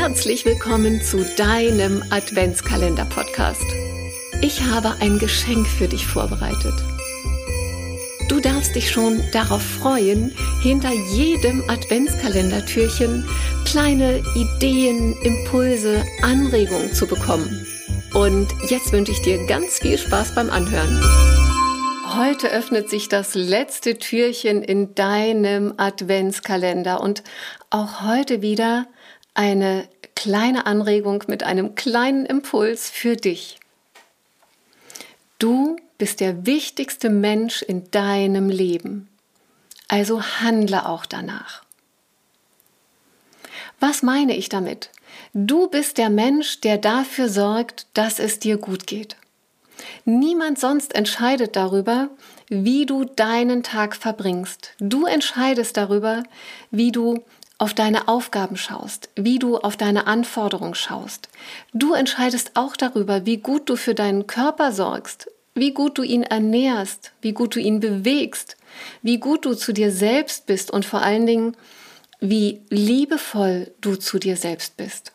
Herzlich willkommen zu deinem Adventskalender-Podcast. Ich habe ein Geschenk für dich vorbereitet. Du darfst dich schon darauf freuen, hinter jedem Adventskalendertürchen kleine Ideen, Impulse, Anregungen zu bekommen. Und jetzt wünsche ich dir ganz viel Spaß beim Anhören. Heute öffnet sich das letzte Türchen in deinem Adventskalender und auch heute wieder eine kleine Anregung mit einem kleinen Impuls für dich. Du bist der wichtigste Mensch in deinem Leben, also handle auch danach. Was meine ich damit? Du bist der Mensch, der dafür sorgt, dass es dir gut geht. Niemand sonst entscheidet darüber, wie du deinen Tag verbringst. Du entscheidest darüber, wie du auf deine Aufgaben schaust, wie du auf deine Anforderungen schaust. Du entscheidest auch darüber, wie gut du für deinen Körper sorgst, wie gut du ihn ernährst, wie gut du ihn bewegst, wie gut du zu dir selbst bist und vor allen Dingen, wie liebevoll du zu dir selbst bist.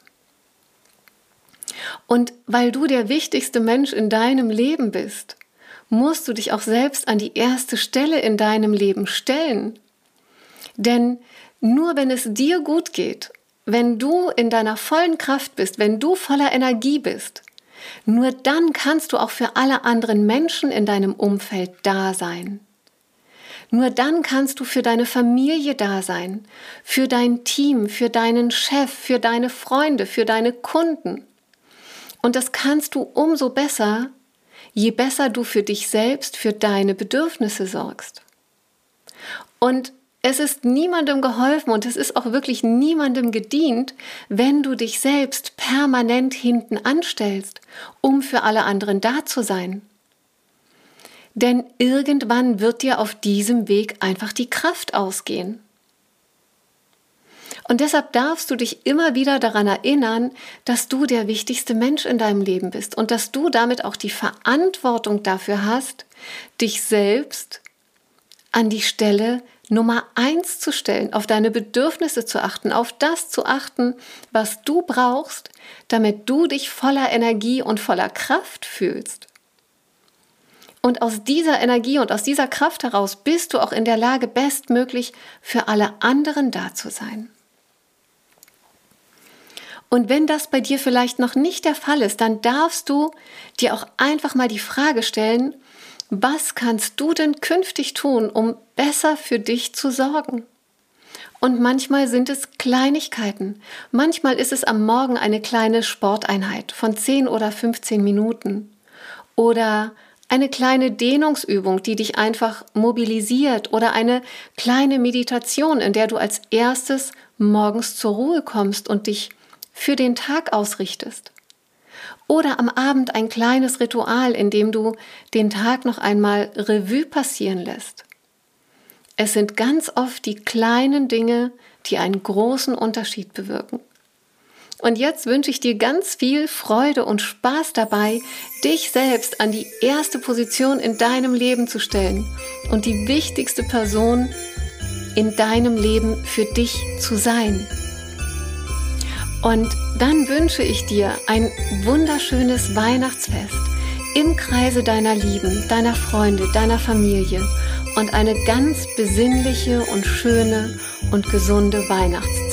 Und weil du der wichtigste Mensch in deinem Leben bist, musst du dich auch selbst an die erste Stelle in deinem Leben stellen. Denn nur wenn es dir gut geht, wenn du in deiner vollen Kraft bist, wenn du voller Energie bist, nur dann kannst du auch für alle anderen Menschen in deinem Umfeld da sein. Nur dann kannst du für deine Familie da sein, für dein Team, für deinen Chef, für deine Freunde, für deine Kunden. Und das kannst du umso besser, je besser du für dich selbst, für deine Bedürfnisse sorgst. Und es ist niemandem geholfen und es ist auch wirklich niemandem gedient, wenn du dich selbst permanent hinten anstellst, um für alle anderen da zu sein. Denn irgendwann wird dir auf diesem Weg einfach die Kraft ausgehen. Und deshalb darfst du dich immer wieder daran erinnern, dass du der wichtigste Mensch in deinem Leben bist und dass du damit auch die Verantwortung dafür hast, dich selbst an die Stelle Nummer 1 zu stellen, auf deine Bedürfnisse zu achten, auf das zu achten, was du brauchst, damit du dich voller Energie und voller Kraft fühlst. Und aus dieser Energie und aus dieser Kraft heraus bist du auch in der Lage, bestmöglich für alle anderen da zu sein. Und wenn das bei dir vielleicht noch nicht der Fall ist, dann darfst du dir auch einfach mal die Frage stellen, was kannst du denn künftig tun, um besser für dich zu sorgen? Und manchmal sind es Kleinigkeiten. Manchmal ist es am Morgen eine kleine Sporteinheit von 10 oder 15 Minuten. Oder eine kleine Dehnungsübung, die dich einfach mobilisiert. Oder eine kleine Meditation, in der du als erstes morgens zur Ruhe kommst und dich für den Tag ausrichtest. Oder am Abend ein kleines Ritual, in dem du den Tag noch einmal Revue passieren lässt. Es sind ganz oft die kleinen Dinge, die einen großen Unterschied bewirken. Und jetzt wünsche ich dir ganz viel Freude und Spaß dabei, dich selbst an die erste Position in deinem Leben zu stellen und die wichtigste Person in deinem Leben für dich zu sein. Und dann wünsche ich dir ein wunderschönes Weihnachtsfest im Kreise deiner Lieben, deiner Freunde, deiner Familie und eine ganz besinnliche und schöne und gesunde Weihnachtszeit.